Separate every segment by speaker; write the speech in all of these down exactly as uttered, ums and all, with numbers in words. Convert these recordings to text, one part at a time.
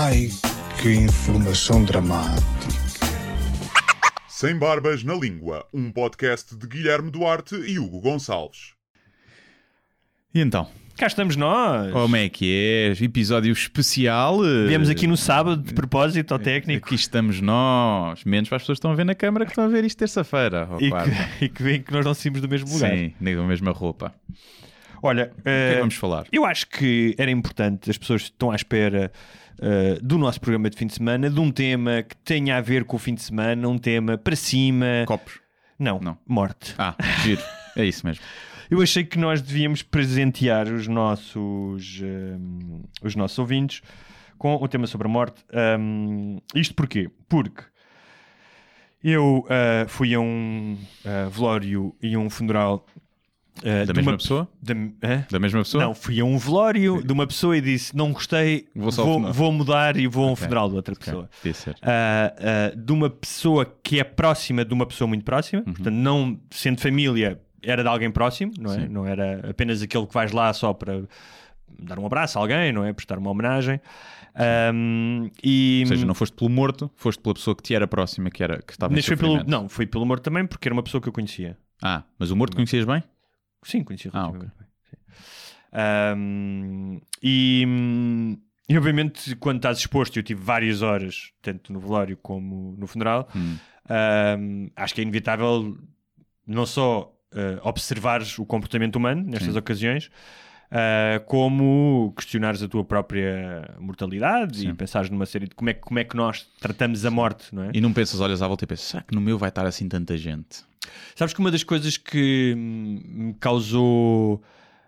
Speaker 1: Ai, que informação dramática.
Speaker 2: Sem Barbas na Língua, um podcast de Guilherme Duarte e Hugo Gonçalves.
Speaker 3: E então?
Speaker 4: Cá estamos nós.
Speaker 3: Como é que é? Episódio especial.
Speaker 4: Viemos aqui no sábado, de propósito, ao técnico.
Speaker 3: Aqui estamos nós. Menos para as pessoas que estão a ver na câmara que estão a ver isto terça-feira.
Speaker 4: E que, e que veem que nós não saímos do mesmo lugar.
Speaker 3: Sim, nem da mesma roupa.
Speaker 4: Olha,
Speaker 3: o que é que vamos falar?
Speaker 4: Eu acho que era importante, as pessoas estão à espera uh, do nosso programa de fim de semana, de um tema que tenha a ver com o fim de semana, um tema para cima.
Speaker 3: Copos?
Speaker 4: Não,
Speaker 3: não.
Speaker 4: Morte.
Speaker 3: Ah, giro. É isso mesmo.
Speaker 4: Eu achei que nós devíamos presentear os nossos, um, os nossos ouvintes com o tema sobre a morte. Um, isto porquê? Porque eu uh, fui a um uh, velório e um funeral uh,
Speaker 3: da
Speaker 4: de
Speaker 3: mesma
Speaker 4: uma
Speaker 3: pessoa?
Speaker 4: Da,
Speaker 3: da mesma pessoa?
Speaker 4: Não, fui a um velório Sim. de uma pessoa e disse: não gostei,
Speaker 3: vou,
Speaker 4: vou, vou mudar e vou a um
Speaker 3: okay.
Speaker 4: funeral de outra
Speaker 3: okay.
Speaker 4: pessoa.
Speaker 3: Uh,
Speaker 4: uh, de uma pessoa que é próxima de uma pessoa muito próxima, uhum. portanto, não sendo família. Era de alguém próximo, não é? Sim. Não era apenas aquele que vais lá só para dar um abraço a alguém, não é? Prestar uma homenagem. Um, e...
Speaker 3: Ou seja, não foste pelo morto, foste pela pessoa que te era próxima, que, era, que estava em
Speaker 4: foi pelo... Não, fui pelo morto também, porque era uma pessoa que eu conhecia.
Speaker 3: Ah, mas o morto conhecias bem?
Speaker 4: Sim, conhecia
Speaker 3: ah, okay.
Speaker 4: bem. Sim. Um, e, e obviamente quando estás exposto, eu tive várias horas, tanto no velório como no funeral, hum. um, acho que é inevitável não só Uh, observares o comportamento humano nestas Sim. ocasiões, uh, como questionares a tua própria mortalidade Sim. e pensares numa série de como é, como é que nós tratamos a morte, não é?
Speaker 3: E não pensas, olhas à volta e pensas, será que no meu vai estar assim tanta gente?
Speaker 4: Sabes que uma das coisas que me causou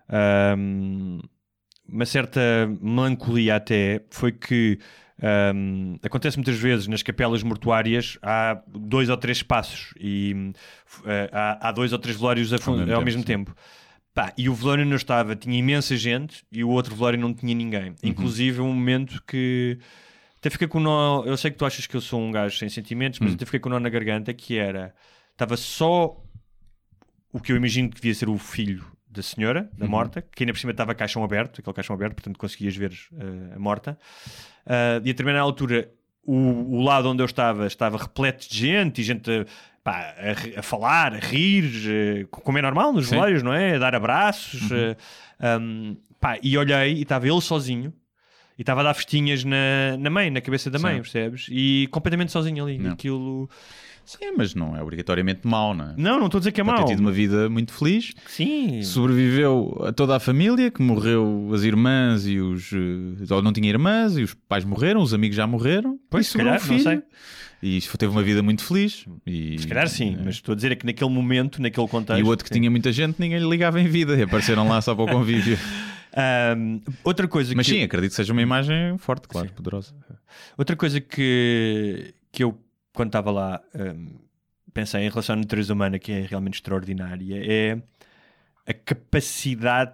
Speaker 4: um, uma certa melancolia até foi que Um, acontece muitas vezes nas capelas mortuárias, há dois ou três espaços e uh, há, há dois ou três velórios a, ao mesmo ao tempo, mesmo tempo. Pá, e o velório não estava, tinha imensa gente e o outro velório não tinha ninguém, uhum. inclusive um momento que até fiquei com o nó. Eu sei que tu achas que eu sou um gajo sem sentimentos, mas uhum. até fiquei com o nó na garganta, que era, estava só o que eu imagino que devia ser o filho da senhora, da uhum. morta, que ainda por cima estava caixão aberto, aquele caixão aberto, portanto conseguias ver uh, a morta. Uh, e a determinada altura, o, o lado onde eu estava estava repleto de gente, e gente pá, a, a falar, a rir, uh, como é normal nos velórios, não é? A dar abraços. Uhum. Uh, um, pá, e olhei e estava ele sozinho, e estava a dar festinhas na, na mãe, na cabeça da mãe, Sim. percebes? E completamente sozinho ali. Não. Aquilo...
Speaker 3: Sim, mas não é obrigatoriamente mau, não é?
Speaker 4: Não, não estou a dizer que é mau.
Speaker 3: Pode ter tido uma vida muito feliz.
Speaker 4: Sim.
Speaker 3: Sobreviveu a toda a família, que morreu as irmãs e os... Ou não tinha irmãs e os pais morreram, os amigos já morreram.
Speaker 4: Pois, se calhar, não sei.
Speaker 3: E teve uma vida muito feliz. E...
Speaker 4: Se calhar sim, é. mas estou a dizer é que naquele momento, naquele contexto...
Speaker 3: E o outro que sim. tinha muita gente, ninguém lhe ligava em vida. E apareceram lá só para o convívio.
Speaker 4: um, outra coisa
Speaker 3: mas
Speaker 4: que...
Speaker 3: sim, acredito que seja uma imagem forte, claro, sim. poderosa.
Speaker 4: Outra coisa que, que eu, quando estava lá... Um, pensei em relação à natureza humana, que é realmente extraordinária, é a capacidade,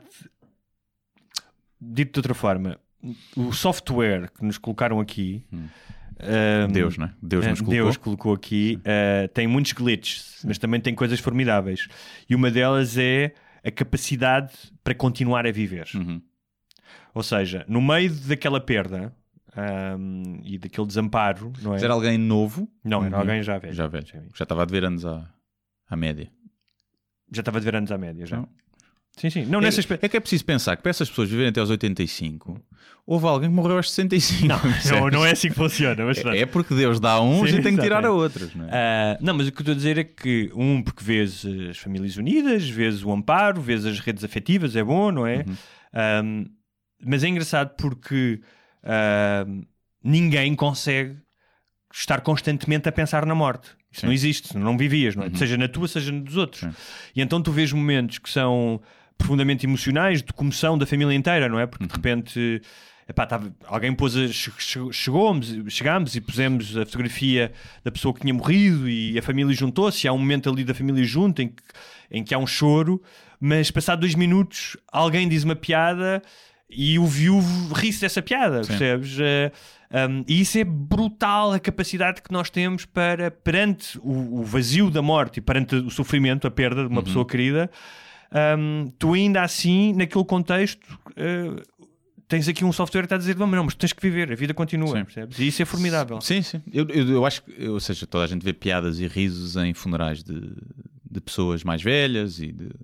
Speaker 4: dito de outra forma, o software que nos colocaram aqui, hum. um,
Speaker 3: Deus, não é? Deus nos colocou,
Speaker 4: Deus colocou aqui, uh, tem muitos glitches, Sim. mas também tem coisas formidáveis. E uma delas é a capacidade para continuar a viver. Uhum. Ou seja, no meio daquela perda... Um, e daquele desamparo, não é?
Speaker 3: Mas era alguém novo?
Speaker 4: Não, era uhum. alguém já velho.
Speaker 3: Já velho. Já, já estava a dever anos à, à média. Já
Speaker 4: estava a dever anos à média, já.
Speaker 3: Não.
Speaker 4: Sim, sim. Não,
Speaker 3: é,
Speaker 4: nessas...
Speaker 3: é que é preciso pensar que para essas pessoas viverem até aos oitenta e cinco, houve alguém que morreu aos sessenta e cinco.
Speaker 4: Não, não, não é assim que funciona. Mas
Speaker 3: é, é porque Deus dá a uns sim, e tem que tirar a outros. Não, é?
Speaker 4: uh, não, mas o que eu estou a dizer é que, um, porque vês as famílias unidas, vês o amparo, vês as redes afetivas, é bom, não é? Uhum. Um, mas é engraçado porque... Uh, ninguém consegue estar constantemente a pensar na morte. Isso Sim. não existe, não vivias, não é? Uhum. Seja na tua, seja dos outros. Sim. E então tu vês momentos que são profundamente emocionais, de comoção da família inteira, não é? Porque uhum. de repente epá, tava, alguém pôs a, chegou-nos, chegámos e pusemos a fotografia da pessoa que tinha morrido e a família juntou-se, e há um momento ali da família junto em que, em que há um choro, mas passado dois minutos alguém diz uma piada e o viúvo ri-se dessa piada, Sim. percebes? Um, e isso é brutal, a capacidade que nós temos para, perante o, o vazio da morte e perante o sofrimento, a perda de uma uhum. pessoa querida, um, tu ainda assim, naquele contexto, uh, tens aqui um software que está a dizer, não, mas tu tens que viver, a vida continua,
Speaker 3: Sim.
Speaker 4: percebes? E isso é formidável.
Speaker 3: Sim, sim. Eu, eu, eu acho que, ou seja, toda a gente vê piadas e risos em funerais de, de pessoas mais velhas e de...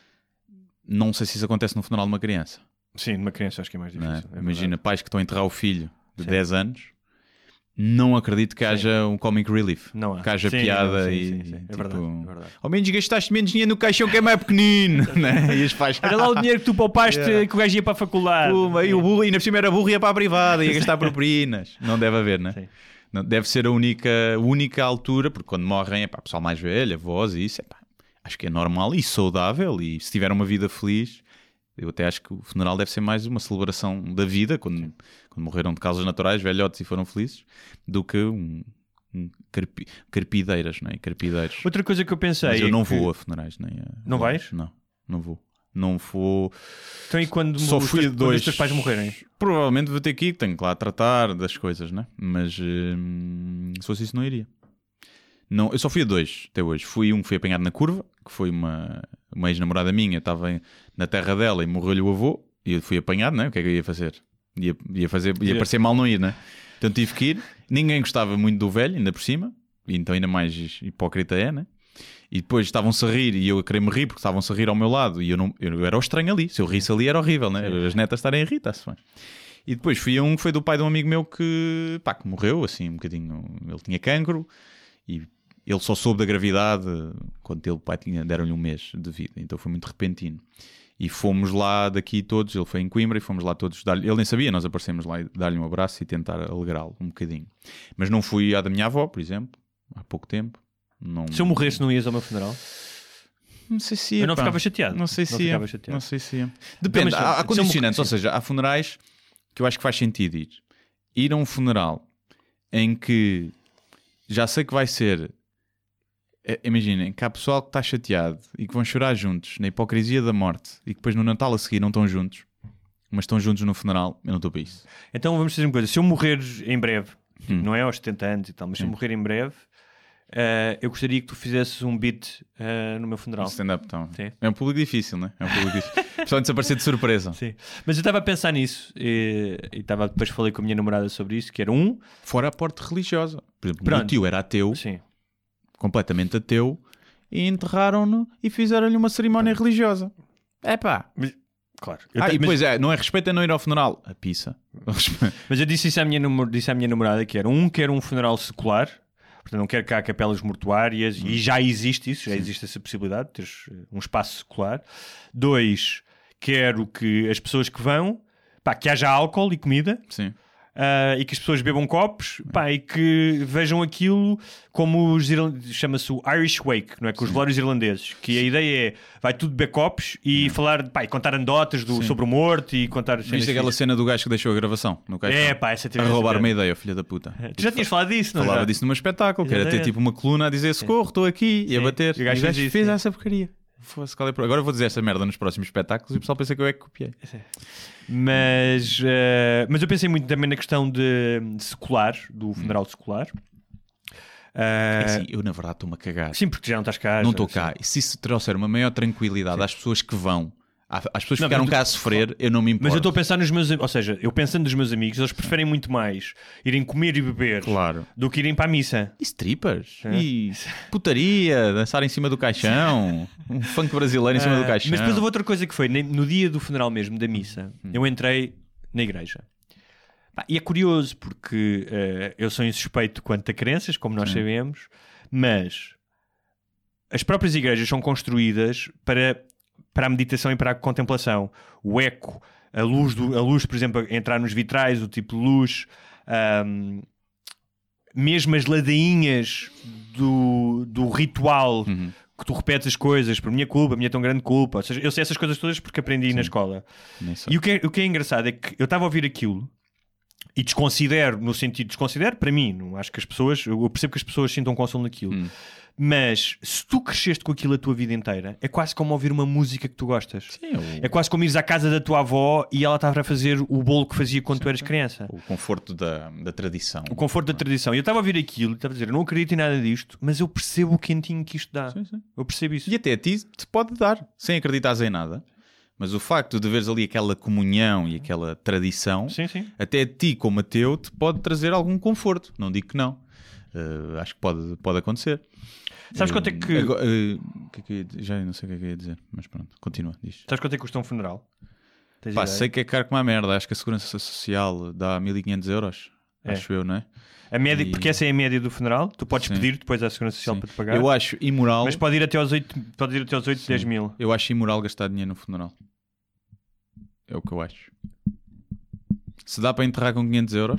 Speaker 3: Não sei se isso acontece no funeral de uma criança.
Speaker 4: Sim, numa criança acho que é mais difícil.
Speaker 3: É?
Speaker 4: É
Speaker 3: Imagina
Speaker 4: verdade.
Speaker 3: pais que estão a enterrar o filho de
Speaker 4: Sim.
Speaker 3: dez anos. Não acredito que haja um comic relief.
Speaker 4: Não há.
Speaker 3: Que haja
Speaker 4: Sim,
Speaker 3: piada
Speaker 4: não, sim,
Speaker 3: e.
Speaker 4: sim, sim. É
Speaker 3: tipo,
Speaker 4: verdade, é verdade.
Speaker 3: ao menos gastaste menos dinheiro no caixão que é mais pequenino. Né? E os pais.
Speaker 4: Olha lá o dinheiro que tu poupaste
Speaker 3: Yeah.
Speaker 4: que o gajo ia para a faculdade.
Speaker 3: Puma, e o burro, ainda por cima era burro e ia para a privada, ia gastar propinas. Não deve haver, né?
Speaker 4: Sim.
Speaker 3: Não, deve ser a única, a única altura, porque quando morrem, é pá, pessoal mais velho, avós e isso, é pá, acho que é normal e saudável. E se tiver uma vida feliz, eu até acho que o funeral deve ser mais uma celebração da vida, quando, quando morreram de causas naturais, velhotes e foram felizes, do que um. um carpi, carpideiras, não é? Carpideiros.
Speaker 4: Outra coisa que eu pensei.
Speaker 3: Mas eu
Speaker 4: é
Speaker 3: não
Speaker 4: que...
Speaker 3: vou a funerais, nem a...
Speaker 4: Não vais?
Speaker 3: Não, não vou. Não vou.
Speaker 4: Então, e quando
Speaker 3: Só
Speaker 4: os
Speaker 3: fui
Speaker 4: teus,
Speaker 3: a
Speaker 4: quando
Speaker 3: dois.
Speaker 4: os teus pais morrerem?
Speaker 3: Provavelmente vou ter que ir, tenho que lá tratar das coisas, né? Mas hum, se fosse isso, não iria. Não, eu só fui a dois até hoje. Fui um que foi apanhado na curva, que foi uma, uma ex-namorada minha, estava em- na terra dela e morreu-lhe o avô, e eu fui apanhado, né? O que é que eu ia fazer? Ia, ia, fazer, ia
Speaker 4: Sim.
Speaker 3: parecer mal não ir, né? Então tive que ir. Ninguém gostava muito do velho, ainda por cima, e então ainda mais hipócrita é, né? E depois estavam-se a rir e eu a querer me rir porque estavam-se a rir ao meu lado e eu, não, eu era o estranho ali. Se eu risse ali era horrível, né? As netas estarem a rir, está-se bem. E depois fui a um que foi do pai de um amigo meu que, pá, que morreu, assim, um bocadinho. Ele tinha cancro e ele só soube da gravidade quando ele, pai, tinha, deram-lhe um mês de vida. Então foi muito repentino. E fomos lá daqui todos, ele foi em Coimbra e fomos lá todos dar-lhe, ele nem sabia, nós aparecemos lá e dar-lhe um abraço e tentar alegrá-lo um bocadinho. Mas não fui à da minha avó, por exemplo, há pouco tempo. Não...
Speaker 4: Se eu morresse, não ias ao meu funeral?
Speaker 3: Não sei se ia,
Speaker 4: Eu não
Speaker 3: pá.
Speaker 4: ficava chateado.
Speaker 3: Não sei se
Speaker 4: Não
Speaker 3: ia.
Speaker 4: ficava chateado.
Speaker 3: Não sei se ia. Depende,
Speaker 4: mas se-
Speaker 3: há, há
Speaker 4: se eu
Speaker 3: condicionantes,
Speaker 4: morrer-
Speaker 3: ou seja, há funerais que eu acho que faz sentido ir. Ir a um funeral em que já sei que vai ser. é, Imaginem que há pessoal que está chateado e que vão chorar juntos na hipocrisia da morte e que depois no Natal a seguir não estão juntos, mas estão juntos no funeral. Eu não estou para isso.
Speaker 4: Então vamos fazer uma coisa. Se eu morrer em breve, tipo,
Speaker 3: Hum.
Speaker 4: não é aos setenta anos e tal, mas se eu morrer em breve, eh, eu gostaria que tu fizesses um beat eh, no meu funeral.
Speaker 3: Stand-up, então.
Speaker 4: Sim.
Speaker 3: É um público difícil, né? É um público difícil. Principalmente se aparecer de surpresa.
Speaker 4: Sim. Mas eu estava a pensar nisso e, e estava, depois falei com a minha namorada sobre isso, que era um...
Speaker 3: Fora a parte religiosa. Por exemplo, o meu
Speaker 4: Pronto.
Speaker 3: tio era ateu.
Speaker 4: Sim.
Speaker 3: completamente ateu, e enterraram-no e fizeram-lhe uma cerimónia religiosa. É pá.
Speaker 4: Claro. Eu
Speaker 3: Ah,
Speaker 4: te-
Speaker 3: e
Speaker 4: mas,
Speaker 3: depois é, não é respeito a não ir ao funeral. A pizza.
Speaker 4: mas eu disse isso à minha, namo- disse à minha namorada, que era um, que era um funeral secular, portanto não quero cá capelas mortuárias, e já existe isso, já existe essa possibilidade de teres eh, um espaço secular. Dois, quero que as pessoas que vão, pá, que haja álcool e comida,
Speaker 3: Sim.
Speaker 4: ah, e que as pessoas bebam copos, pá, e que vejam aquilo como os irlandeses, chama-se o Irish Wake, não é? Com os velórios irlandeses, que a ideia é, vai tudo beber copos e falar, pá, e contar anedotas do, sobre o morto e contar... cenas
Speaker 3: Viste aquela
Speaker 4: fixes.
Speaker 3: cena do gajo que deixou a gravação no caixão?
Speaker 4: É, pá, essa
Speaker 3: A
Speaker 4: tive
Speaker 3: roubar
Speaker 4: essa
Speaker 3: uma
Speaker 4: ideia.
Speaker 3: ideia, filha da puta.
Speaker 4: Tu já tinhas falado disso, não
Speaker 3: Falava
Speaker 4: já?
Speaker 3: disso num espetáculo, que era ter
Speaker 4: Exatamente.
Speaker 3: tipo uma coluna a dizer socorro, estou aqui, e a
Speaker 4: Sim.
Speaker 3: bater.
Speaker 4: E o gajo fez isso,
Speaker 3: fez
Speaker 4: sim.
Speaker 3: essa porcaria. Fosse, qual é o problema? Agora vou dizer essa merda nos próximos espetáculos e o pessoal pensa que eu é que copiei.
Speaker 4: Mas, eh, mas eu pensei muito também na questão de, de secular, do funeral secular.
Speaker 3: É
Speaker 4: Eh,
Speaker 3: assim, eu na verdade estou-me a cagar.
Speaker 4: sim, porque já não estás cá.
Speaker 3: Não
Speaker 4: já-
Speaker 3: estou cá. E se isso trouxer uma maior tranquilidade às pessoas que vão, às pessoas que
Speaker 4: Não,
Speaker 3: ficaram
Speaker 4: mas
Speaker 3: cá
Speaker 4: tu-
Speaker 3: a sofrer, eu não me importo.
Speaker 4: Mas eu estou a pensar nos meus... Ou seja, eu pensando nos meus amigos, eles preferem muito mais irem comer e beber
Speaker 3: Claro.
Speaker 4: do que irem para a missa.
Speaker 3: E strippers?
Speaker 4: É.
Speaker 3: E putaria, dançar em cima do caixão, um funk brasileiro em cima do
Speaker 4: Ah,
Speaker 3: caixão.
Speaker 4: mas depois houve outra coisa que foi, ne- no dia do funeral mesmo, da missa,
Speaker 3: Hum.
Speaker 4: eu entrei na igreja. Pá, e é curioso, porque eh, eu sou insuspeito quanto a crenças, como nós sabemos, mas as próprias igrejas são construídas para, para a meditação e para a contemplação. O eco, a luz, do, a luz, por exemplo, entrar nos vitrais, o tipo de luz, ahm, mesmo as ladainhas do, do ritual,
Speaker 3: Uhum.
Speaker 4: que tu repetes as coisas por minha culpa, minha tão grande culpa. Ou seja, eu sei essas coisas todas porque aprendi na escola.
Speaker 3: Nem sei.
Speaker 4: E o que, é, o que é engraçado é que eu estava a ouvir aquilo e desconsidero, no sentido desconsidero, para mim, não acho que as pessoas, eu percebo que as pessoas sintam consolo naquilo.
Speaker 3: Hum.
Speaker 4: Mas se tu cresceste com aquilo a tua vida inteira, é quase como ouvir uma música que tu gostas.
Speaker 3: Sim, o,
Speaker 4: É quase como ires à casa da tua avó e ela estava a fazer o bolo que fazia quando tu eras criança.
Speaker 3: o conforto da, da tradição.
Speaker 4: O conforto da tradição. E eu estava a ouvir aquilo e estava a dizer, eu não acredito em nada disto, mas eu percebo o quentinho que isto dá.
Speaker 3: Sim, sim.
Speaker 4: Eu percebo isso.
Speaker 3: E até a ti te pode dar, sem acreditares em nada. Mas o facto de veres ali aquela comunhão e aquela tradição,
Speaker 4: Sim, sim.
Speaker 3: até a ti como ateu te pode trazer algum conforto. Não digo que não. Uh, acho que pode, pode acontecer.
Speaker 4: Sabes quanto é que...
Speaker 3: Agora, uh, que é que eu ia dizer? Já não sei o que é que eu ia dizer, mas pronto, continua, diz.
Speaker 4: Sabes quanto é que custa um funeral? Tens
Speaker 3: Pá,
Speaker 4: ideia?
Speaker 3: sei que é caro como a merda. Acho que a Segurança Social dá mil e quinhentos euros.
Speaker 4: É.
Speaker 3: Acho eu, não é?
Speaker 4: A média,
Speaker 3: E-
Speaker 4: Porque essa é a média do funeral. Tu podes
Speaker 3: Sim.
Speaker 4: pedir depois à Segurança Social
Speaker 3: Sim.
Speaker 4: para te pagar.
Speaker 3: Eu acho imoral.
Speaker 4: Mas pode ir até aos oito, pode ir até aos oito,
Speaker 3: Sim.
Speaker 4: dez mil.
Speaker 3: Eu acho imoral gastar dinheiro no funeral. É o que eu acho. Se dá para enterrar com quinhentos euros,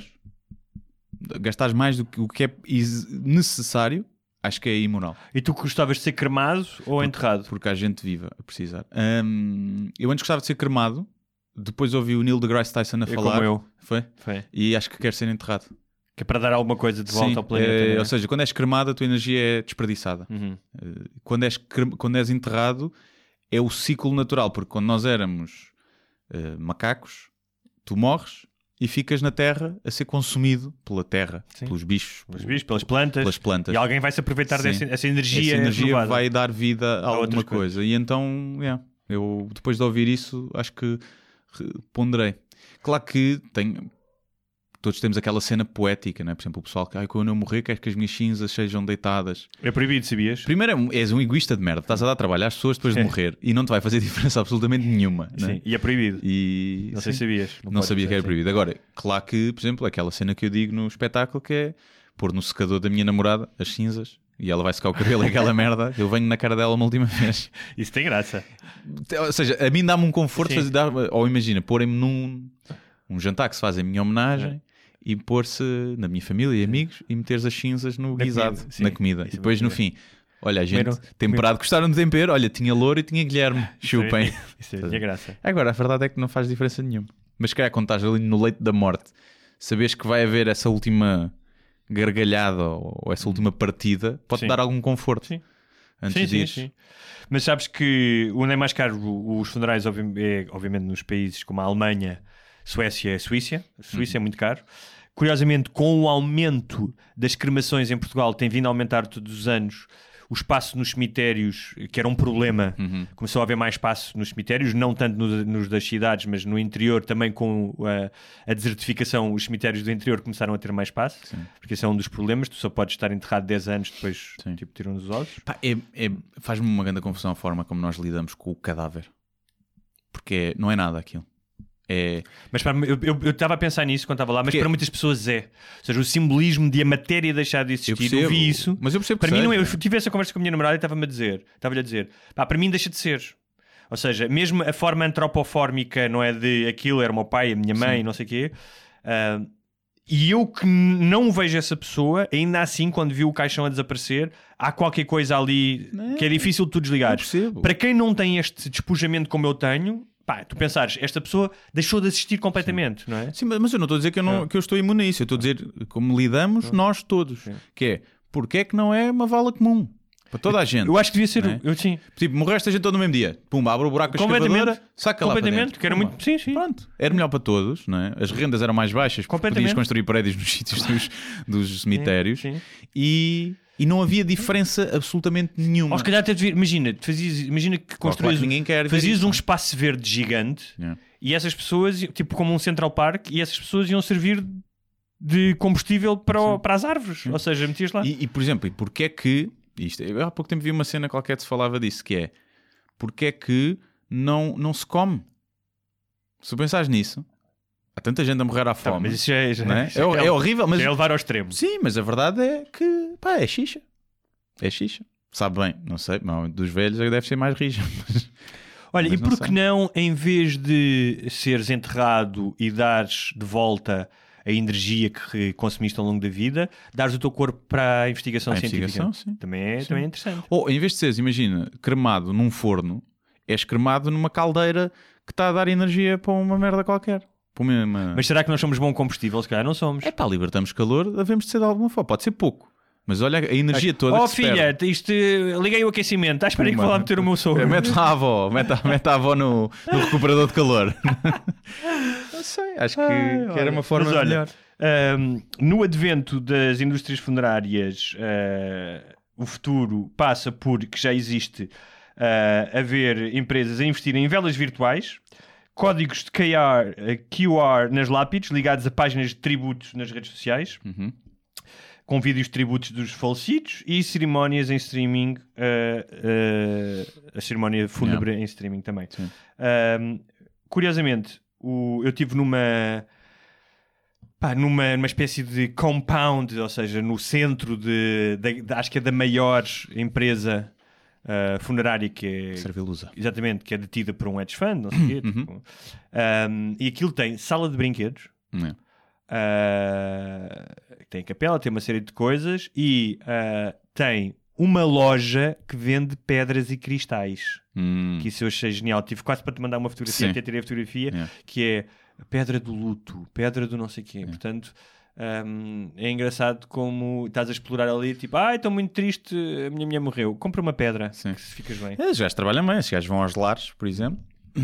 Speaker 3: gastares mais do que o que é is- necessário, acho que é imoral.
Speaker 4: E tu gostavas de ser cremado ou enterrado?
Speaker 3: Porque há gente viva a precisar. Hum, eu antes gostava de ser cremado, depois ouvi o Neil deGrasse Tyson a
Speaker 4: É
Speaker 3: falar.
Speaker 4: como eu.
Speaker 3: Foi?
Speaker 4: Foi.
Speaker 3: E acho que quer ser enterrado.
Speaker 4: Que é para dar alguma coisa de volta
Speaker 3: Sim,
Speaker 4: ao planeta.
Speaker 3: é,
Speaker 4: não é?
Speaker 3: ou seja, quando és cremado, a tua energia é desperdiçada.
Speaker 4: Uhum.
Speaker 3: Uh, Quando és, crem- quando és enterrado, é o ciclo natural, porque quando nós éramos uh, macacos, tu morres e ficas na terra a ser consumido pela terra,
Speaker 4: Sim.
Speaker 3: pelos bichos,
Speaker 4: Pelos
Speaker 3: por-
Speaker 4: bichos, pelas plantas.
Speaker 3: pelas plantas.
Speaker 4: E alguém vai se aproveitar
Speaker 3: Sim.
Speaker 4: dessa essa energia.
Speaker 3: Essa energia
Speaker 4: renovada.
Speaker 3: vai dar vida a
Speaker 4: outras
Speaker 3: alguma
Speaker 4: coisas.
Speaker 3: coisa. E então, yeah, eu depois de ouvir isso, acho que re- ponderei. Claro que tenho. Todos temos aquela cena poética, né? Por exemplo, o pessoal que, ai, quando eu morrer, quero que as minhas cinzas sejam deitadas.
Speaker 4: É proibido, sabias?
Speaker 3: Primeiro, é um- és um egoísta de merda. Estás a dar trabalho às pessoas depois de
Speaker 4: É.
Speaker 3: morrer e não te vai fazer diferença absolutamente nenhuma. Né?
Speaker 4: Sim. E é proibido.
Speaker 3: E...
Speaker 4: Não sei se
Speaker 3: sim.
Speaker 4: sabias.
Speaker 3: Não
Speaker 4: pode
Speaker 3: sabia que
Speaker 4: dizer,
Speaker 3: era
Speaker 4: sim.
Speaker 3: proibido. Agora, claro que, por exemplo, aquela cena que eu digo no espetáculo que é pôr no secador da minha namorada as cinzas e ela vai secar o cabelo e aquela merda, eu venho na cara dela uma última vez.
Speaker 4: Isso tem graça.
Speaker 3: Ou seja, a mim dá-me um conforto
Speaker 4: Sim.
Speaker 3: fazer, dar, ou imagina, porem-me num um jantar que se faz em minha homenagem e pôr-se na minha família e amigos e meteres as cinzas no
Speaker 4: Na
Speaker 3: guisado,
Speaker 4: comida, sim.
Speaker 3: na comida.
Speaker 4: Isso
Speaker 3: E depois
Speaker 4: é
Speaker 3: no
Speaker 4: muito
Speaker 3: fim, olha, a gente
Speaker 4: Comeram-
Speaker 3: temperado, gostaram de tempero, olha, tinha louro e tinha Guilherme, chupem.
Speaker 4: Isso é- tinha graça.
Speaker 3: Agora, a verdade é que não faz diferença nenhuma. Mas se calhar quando estás ali no leito da morte, sabes que vai haver essa última gargalhada ou essa última partida, pode
Speaker 4: Sim.
Speaker 3: dar algum conforto.
Speaker 4: Sim.
Speaker 3: Antes
Speaker 4: Sim,
Speaker 3: de
Speaker 4: sim,
Speaker 3: ires.
Speaker 4: sim. Mas sabes que onde é mais caro os funerais, obvi- é, obviamente, nos países como a Alemanha, Suécia e Suíça. A Suíça
Speaker 3: Uhum.
Speaker 4: é muito caro. Curiosamente, com o aumento das cremações em Portugal, tem vindo a aumentar todos os anos o espaço nos cemitérios, que era um problema.
Speaker 3: Uhum.
Speaker 4: Começou a haver mais espaço nos cemitérios, não tanto no- nos das cidades, mas no interior também com a, a desertificação, os cemitérios do interior começaram a ter mais espaço,
Speaker 3: Sim.
Speaker 4: porque esse é um dos problemas. Tu só podes estar enterrado dez anos, depois
Speaker 3: Sim.
Speaker 4: tipo, tiram os ossos.
Speaker 3: Pá, é- é- faz-me uma grande confusão a forma como nós lidamos com o cadáver. Porque é- não é nada aquilo. É,
Speaker 4: Mas para, eu eu- eu estava a pensar nisso quando estava lá, mas
Speaker 3: Porque-
Speaker 4: para muitas pessoas é. Ou seja, o simbolismo de a matéria deixar de
Speaker 3: eu
Speaker 4: existir, eu,
Speaker 3: percebo,
Speaker 4: vi isso.
Speaker 3: mas eu percebo que
Speaker 4: Para mim, não é.
Speaker 3: seja.
Speaker 4: Eu tive essa conversa com a minha namorada e estava-me a dizer, estava-lhe a dizer, pá, para mim deixa de ser. Ou seja, mesmo a forma antropofórmica, não é de aquilo, era o meu pai, a minha mãe,
Speaker 3: Sim.
Speaker 4: não sei o quê. ah, e eu que não vejo essa pessoa, ainda assim, quando vi o caixão a desaparecer, há qualquer coisa ali
Speaker 3: Não.
Speaker 4: que é difícil de tu
Speaker 3: Eu
Speaker 4: desligares.
Speaker 3: percebo.
Speaker 4: Para quem não tem este despojamento como eu tenho, pá, tu pensares, esta pessoa deixou de existir completamente, não é?
Speaker 3: Sim, mas mas eu não estou a dizer que eu, não,
Speaker 4: Não.
Speaker 3: que eu estou imune a isso. Eu estou a dizer como lidamos nós todos.
Speaker 4: Sim.
Speaker 3: Que é, porque é que não é uma vala comum? Para toda a gente.
Speaker 4: Eu acho que devia ser.
Speaker 3: Não é?
Speaker 4: Eu, sim.
Speaker 3: Tipo, morreste a gente todo no mesmo dia. Pumba, abre o buraco da
Speaker 4: Completamente.
Speaker 3: escavadora, saca lá para
Speaker 4: Completamente.
Speaker 3: dentro.
Speaker 4: Que era
Speaker 3: Pumba.
Speaker 4: muito. Sim, sim.
Speaker 3: Pronto, era melhor para todos, não é? As rendas eram mais baixas porque
Speaker 4: Completamente.
Speaker 3: podias construir prédios nos sítios dos, dos cemitérios
Speaker 4: Sim, sim.
Speaker 3: E, e não havia diferença absolutamente nenhuma.
Speaker 4: Ou se calhar até devia. Imagina, tu fazias, imagina que construías.
Speaker 3: claro que ninguém quer ver
Speaker 4: fazias
Speaker 3: isso,
Speaker 4: um
Speaker 3: não é?
Speaker 4: espaço verde gigante
Speaker 3: Yeah.
Speaker 4: e essas pessoas, tipo como um Central Park, e essas pessoas iam servir de combustível para, o- para as árvores. Ou seja, metias lá.
Speaker 3: E, e, por exemplo, e porque é que isto, eu há pouco tempo vi uma cena qualquer que se falava disso, que é porque é que não, não se come? Se tu pensares nisso, há tanta gente a morrer à
Speaker 4: Tá,
Speaker 3: fome,
Speaker 4: mas isso já é, já,
Speaker 3: não é?
Speaker 4: já
Speaker 3: É, ho- é horrível, mas
Speaker 4: já é levar ao extremo.
Speaker 3: sim, mas a verdade é que pá, é xixa. É xixa. Sabe bem, não sei, não, dos velhos deve ser mais rija. mas-
Speaker 4: Olha,
Speaker 3: Mas
Speaker 4: e
Speaker 3: não
Speaker 4: por que
Speaker 3: sei.
Speaker 4: não, em vez de seres enterrado e dares de volta a energia que re- consumiste ao longo da vida, dares o teu corpo para a investigação
Speaker 3: Para a
Speaker 4: científica?
Speaker 3: investigação, sim.
Speaker 4: Também é,
Speaker 3: Sim.
Speaker 4: também é interessante.
Speaker 3: Ou em vez de seres, imagina, cremado num forno, és cremado numa caldeira que está a dar energia para uma merda qualquer. Para uma, uma...
Speaker 4: Mas será que nós somos bom combustível? Se calhar não somos.
Speaker 3: É pá, libertamos calor, devemos de ser de alguma forma. Pode ser pouco, mas olha a energia toda
Speaker 4: Oh
Speaker 3: que se
Speaker 4: filha,
Speaker 3: perde.
Speaker 4: isto, liguei o aquecimento. Ah, espera aí que vou lá meter o meu sogro.
Speaker 3: É, mete lá a avó, mete a, mete a avó no, no recuperador de calor. Não sei, acho que,
Speaker 4: Ai,
Speaker 3: que era
Speaker 4: olha,
Speaker 3: uma forma
Speaker 4: mas olha,
Speaker 3: melhor.
Speaker 4: ahm, no advento das indústrias funerárias, ah, o futuro passa por que já existe uh, haver empresas a investirem em velas virtuais, códigos de Q R, Q R nas lápides, ligados a páginas de tributos nas redes sociais,
Speaker 3: Uhum.
Speaker 4: com vídeos de tributos dos falecidos e cerimónias em streaming, uh, uh, a cerimónia fúnebre em streaming também. Um, curiosamente, o, eu estive numa, pá, numa, numa espécie de compound, ou seja, no centro de, de, de acho que é da maior empresa uh, funerária que é...
Speaker 3: Servilusa.
Speaker 4: Exatamente, que é detida por um hedge fund, não sei o quê.
Speaker 3: Uhum.
Speaker 4: Tipo, um, e aquilo tem sala de brinquedos,
Speaker 3: É.
Speaker 4: uh, tem capela, tem uma série de coisas e uh, tem uma loja que vende pedras e cristais.
Speaker 3: Hum.
Speaker 4: Que isso eu achei genial. Tive quase para te mandar uma fotografia,
Speaker 3: Sim.
Speaker 4: até tirei a fotografia,
Speaker 3: Yeah.
Speaker 4: que é a pedra do luto, pedra do não sei quê.
Speaker 3: Yeah.
Speaker 4: Portanto, um, é engraçado como estás a explorar ali, tipo, ai, estou muito triste, a minha mulher morreu. Compra uma pedra,
Speaker 3: Sim.
Speaker 4: que se ficas bem.
Speaker 3: É, os gajos trabalham bem, os gajos vão aos lares, por exemplo,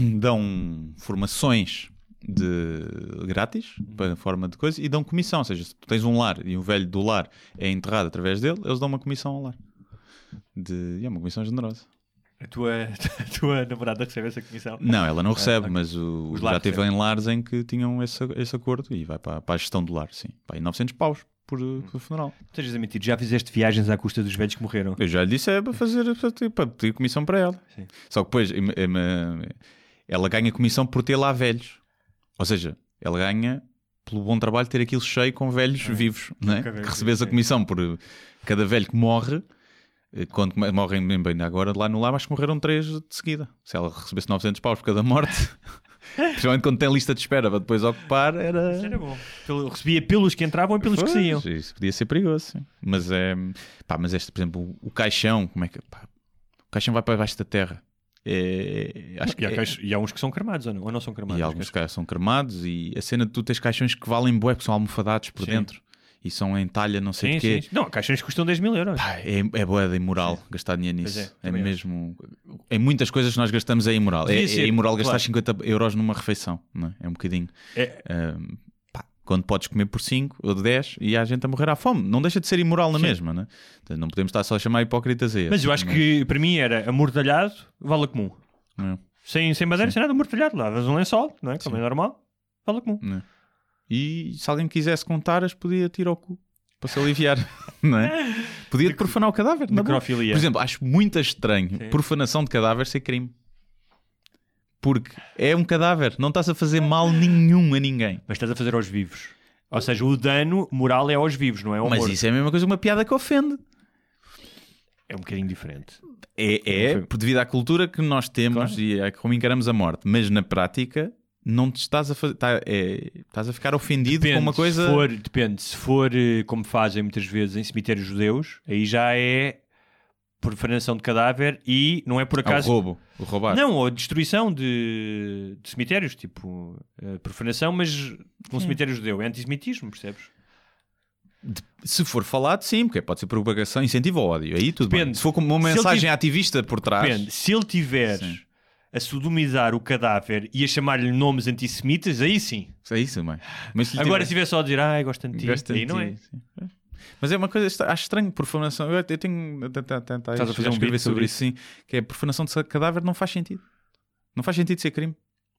Speaker 3: dão formações de grátis, para forma de coisa, e dão comissão. Ou seja, se tu tens um lar e um velho do lar é enterrado através dele, eles dão uma comissão ao lar. De... E é uma comissão generosa.
Speaker 4: A tua, a tua namorada recebe essa comissão?
Speaker 3: Não, ela não recebe,
Speaker 4: ok.
Speaker 3: mas o,
Speaker 4: Os
Speaker 3: já
Speaker 4: lares
Speaker 3: teve
Speaker 4: recebem.
Speaker 3: em lares em que tinham esse, esse acordo e vai para, para a gestão do lar, sim. Pá, e novecentos paus por, por funeral.
Speaker 4: Estejas a mentir, já fizeste viagens à custa dos velhos que morreram?
Speaker 3: Eu já lhe disse, é para fazer, para ter- para pedir comissão para ela.
Speaker 4: Sim.
Speaker 3: Só que depois em- em- ela ganha comissão por ter lá velhos. Ou seja, ela ganha pelo bom trabalho de ter aquilo cheio com velhos vivos, não é?
Speaker 4: Ok, ok,
Speaker 3: Que recebes a
Speaker 4: ok.
Speaker 3: comissão por cada velho que morre. eh, Quando come- morrem bem bem agora lá no lar, acho que morreram três de seguida. Se ela recebesse novecentos paus por cada morte, principalmente quando tem lista de espera para depois ocupar, era.
Speaker 4: Isso era bom. Pelo- recebia pelos que entravam e pelos que
Speaker 3: Pois,
Speaker 4: saíam.
Speaker 3: Isso podia ser perigoso, sim. Mas é. Pá, mas este, por exemplo, o, o caixão, como é que. Pá, o caixão vai para baixo da terra. É, acho que
Speaker 4: E há,
Speaker 3: é-
Speaker 4: caixos- e há uns que são cremados ou não, ou não são cremados.
Speaker 3: E alguns caixões são cremados e a cena de tu tens caixões que valem bué, que são almofadados por
Speaker 4: Sim.
Speaker 3: dentro e são em talha não sei
Speaker 4: Sim,
Speaker 3: de quê.
Speaker 4: sim, sim. Não, caixões que custam dez mil euros.
Speaker 3: Pá, é, é bué de imoral gastar dinheiro
Speaker 4: Pois
Speaker 3: nisso.
Speaker 4: é,
Speaker 3: É,
Speaker 4: também
Speaker 3: mesmo. Em muitas coisas que nós gastamos é imoral. É,
Speaker 4: Devia
Speaker 3: é
Speaker 4: ser,
Speaker 3: imoral gastar
Speaker 4: claro.
Speaker 3: cinquenta euros numa refeição. Não é? É um bocadinho.
Speaker 4: É,
Speaker 3: Ahm, pá, quando podes comer por cinco ou dez e há gente a morrer à fome. Não deixa de ser imoral na
Speaker 4: Sim.
Speaker 3: mesma. Não é? Portanto, não podemos estar só a chamar hipócritas a esse.
Speaker 4: mas eu acho que para mim era amortalhado, vala comum.
Speaker 3: Não é?
Speaker 4: Sem, sem madeira, sem nada, amortalhado. Lavas um lençol, não é? Como
Speaker 3: Sim.
Speaker 4: é normal, vala comum.
Speaker 3: Não é? E se alguém quisesse contar, as podia tirar ao cu para se aliviar. Não é? Podia profanar o cadáver. na boa.
Speaker 4: Necrofilia.
Speaker 3: Por exemplo, acho muito estranho
Speaker 4: Sim.
Speaker 3: profanação de cadáver ser crime. Porque é um cadáver, não estás a fazer mal nenhum a ninguém.
Speaker 4: Mas estás a fazer aos vivos. Ou seja, o dano moral é aos vivos, não é ao
Speaker 3: Mas
Speaker 4: morto.
Speaker 3: isso é a mesma coisa que uma piada que ofende.
Speaker 4: É um bocadinho diferente.
Speaker 3: É, é por devido à cultura que nós temos
Speaker 4: Claro.
Speaker 3: e a como encaramos a morte. Mas na prática, não te estás a fazer. Tá, é, estás a ficar ofendido
Speaker 4: Depende,
Speaker 3: com uma coisa.
Speaker 4: Se for, depende. Se for eh, como fazem muitas vezes em cemitérios judeus, aí já é profanação de cadáver e não é por
Speaker 3: Ah, o
Speaker 4: acaso.
Speaker 3: roubo, o roubar.
Speaker 4: Não, ou destruição de, de cemitérios, tipo eh, profanação, mas num cemitério judeu. É antissemitismo, percebes?
Speaker 3: Se for falado, sim, porque pode ser propagação, incentivo ao ódio. Aí tudo
Speaker 4: Depende.
Speaker 3: bem. Se for como uma
Speaker 4: Se ele
Speaker 3: mensagem
Speaker 4: tive-
Speaker 3: ativista por trás.
Speaker 4: Depende. Se ele tiver
Speaker 3: Sim.
Speaker 4: a sodomizar o cadáver e a chamar-lhe nomes antissemitas, aí sim.
Speaker 3: É isso, mãe. Mas se lhe
Speaker 4: Agora, se
Speaker 3: tiver-
Speaker 4: estiver só a dizer, ai, gosto de ti,
Speaker 3: Gosto
Speaker 4: aí
Speaker 3: de
Speaker 4: não
Speaker 3: ti,
Speaker 4: é.
Speaker 3: sim. Mas é uma coisa, esta- acho estranho, profanação. Eu, eu tenho. eu tento- tento- tento-
Speaker 4: Estás a fazer
Speaker 3: já
Speaker 4: um
Speaker 3: escrever
Speaker 4: beat sobre
Speaker 3: sobre isso, sim. Que é profanação de cadáver, não faz sentido. Não faz sentido ser crime.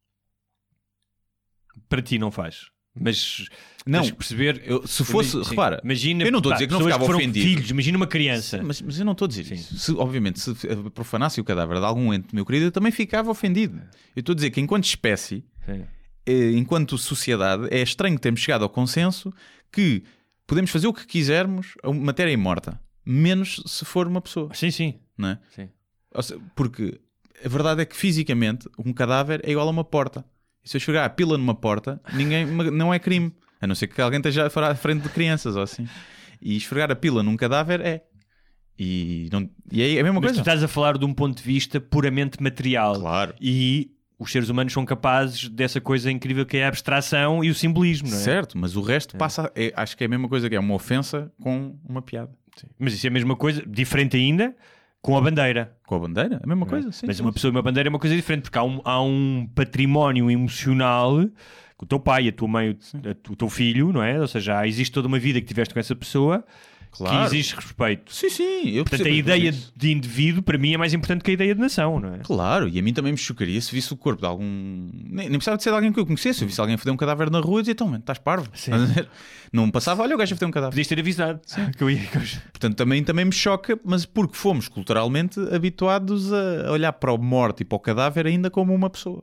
Speaker 4: Para ti não faz. Mas
Speaker 3: Não,
Speaker 4: tens que perceber.
Speaker 3: eu- se fosse,
Speaker 4: Sim.
Speaker 3: repara,
Speaker 4: Imagina,
Speaker 3: eu não estou a
Speaker 4: pá,
Speaker 3: dizer que não
Speaker 4: pessoas
Speaker 3: ficava
Speaker 4: foram
Speaker 3: ofendido.
Speaker 4: filhos, imagina uma criança.
Speaker 3: Mas, mas eu não estou a dizer
Speaker 4: Sim.
Speaker 3: isso. Se, obviamente, se profanasse o cadáver de algum ente meu querido, eu também ficava ofendido. Eu estou a dizer que, enquanto espécie,
Speaker 4: Sim.
Speaker 3: eh, enquanto sociedade, é estranho termos chegado ao consenso que podemos fazer o que quisermos a uma matéria imorta, menos se for uma pessoa,
Speaker 4: Sim, sim.
Speaker 3: não é?
Speaker 4: Sim.
Speaker 3: Ou seja, porque a verdade é que fisicamente um cadáver é igual a uma porta. E se eu esfregar a pila numa porta, ninguém, não é crime. A não ser que alguém esteja à frente de crianças ou assim. E esfregar a pila num cadáver é. E, não, e é a mesma
Speaker 4: Mas tu
Speaker 3: coisa.
Speaker 4: estás a falar de um ponto de vista puramente material.
Speaker 3: Claro.
Speaker 4: E os seres humanos são capazes dessa coisa incrível que é a abstração e o simbolismo, não é?
Speaker 3: Certo, mas o resto passa. É, acho que é a mesma coisa que é uma ofensa com uma piada.
Speaker 4: Sim. Mas isso é a mesma coisa, diferente ainda, com a bandeira.
Speaker 3: Com a bandeira, a mesma
Speaker 4: não é?
Speaker 3: coisa. Sim,
Speaker 4: Mas
Speaker 3: sim,
Speaker 4: uma
Speaker 3: sim.
Speaker 4: pessoa e uma bandeira é uma coisa diferente, porque há um, há um património emocional com o teu pai, a tua mãe, o, a- o teu filho, não é? Ou seja, há- existe toda uma vida que tiveste com essa pessoa
Speaker 3: Claro.
Speaker 4: que existe respeito.
Speaker 3: Sim, sim. Eu
Speaker 4: Portanto, a
Speaker 3: percebo
Speaker 4: ideia
Speaker 3: isso.
Speaker 4: de indivíduo para mim é mais importante que a ideia de nação, não é?
Speaker 3: Claro, e a mim também me chocaria se visse o corpo de algum... Nem, nem precisava de ser de alguém que eu conhecesse. Se eu visse alguém foder um cadáver na rua, eu dizia, então, mano, estás parvo.
Speaker 4: Sim.
Speaker 3: Não me passava, olha o gajo a foder um cadáver.
Speaker 4: Podias ter avisado. Que eu ia...
Speaker 3: Portanto, também, também me choca, mas porque fomos culturalmente habituados a olhar para a morte e para o cadáver ainda como uma pessoa.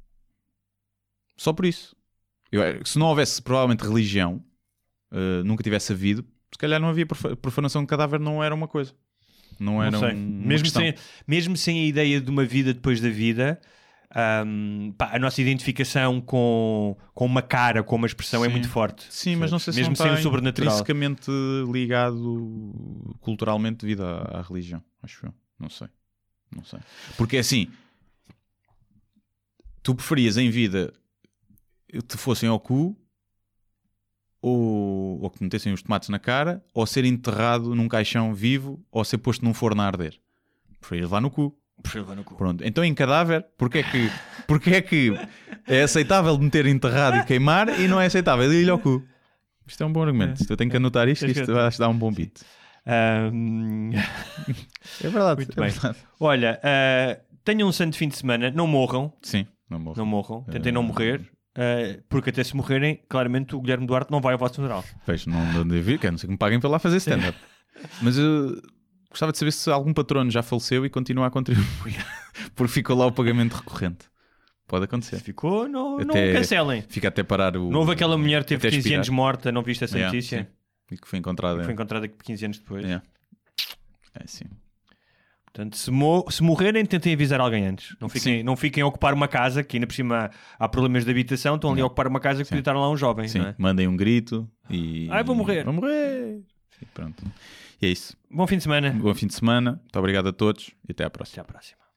Speaker 3: Só por isso. Eu, se não houvesse, provavelmente, religião, uh, nunca tivesse havido, se calhar não havia profa- profanação de cadáver, não era uma coisa. Não era
Speaker 4: Não sei.
Speaker 3: um, uma
Speaker 4: mesmo,
Speaker 3: questão.
Speaker 4: sem, mesmo sem a ideia de uma vida depois da vida, um, pá, a nossa identificação com, com uma cara, com uma expressão é
Speaker 3: Sim.
Speaker 4: muito forte.
Speaker 3: Sim, mas não sei se
Speaker 4: mesmo
Speaker 3: não
Speaker 4: sem
Speaker 3: está
Speaker 4: o sobrenatural.
Speaker 3: intrinsecamente ligado culturalmente devido à, à religião, acho eu. Não sei. Não sei. Porque assim, tu preferias em vida te fossem ao cu ou, ou que te metessem os tomates na cara, ou ser enterrado num caixão vivo, ou ser posto num forno a arder? Preferias lá no cu. Pronto. Então em cadáver, porque é que, porque é, que é aceitável meter enterrado e queimar e não é aceitável ir ao cu? Isto é um bom argumento. Eu tenho que anotar isto, que isto vai dar um bom beat.
Speaker 4: Um...
Speaker 3: É verdade.
Speaker 4: Muito
Speaker 3: é
Speaker 4: bem.
Speaker 3: verdade.
Speaker 4: Olha, uh, tenham um santo fim de semana, não morram,
Speaker 3: Sim, não morro.
Speaker 4: não morram, tentem não morrer, uh, porque até se morrerem, claramente o Guilherme Duarte não vai ao vosso funeral.
Speaker 3: Vejo, não não devo vir, que a não ser que me paguem para lá fazer stand-up. Mas eu gostava de saber se algum patrono já faleceu e continua a contribuir, porque ficou lá o pagamento recorrente. Pode acontecer.
Speaker 4: Se ficou, não, não
Speaker 3: Até-
Speaker 4: cancelem.
Speaker 3: Fica até parar o...
Speaker 4: Não houve aquela mulher que teve
Speaker 3: até
Speaker 4: quinze
Speaker 3: expirar.
Speaker 4: anos morta, não viste essa
Speaker 3: Yeah,
Speaker 4: notícia?
Speaker 3: sim. E que foi encontrada.
Speaker 4: Foi encontrada quinze anos depois.
Speaker 3: É, é sim.
Speaker 4: Portanto, se, mo- se morrerem, tentem avisar alguém antes. Não fiquem, não fiquem a ocupar uma casa, que ainda por cima há problemas de habitação, estão ali a ocupar uma casa que podia estar lá um jovem.
Speaker 3: Sim,
Speaker 4: Não é?
Speaker 3: mandem um grito e...
Speaker 4: Ai, vou morrer.
Speaker 3: Vou morrer. E pronto. E é isso.
Speaker 4: Bom fim de semana.
Speaker 3: Bom fim de semana. Muito obrigado a todos e até à próxima.
Speaker 4: Até à próxima.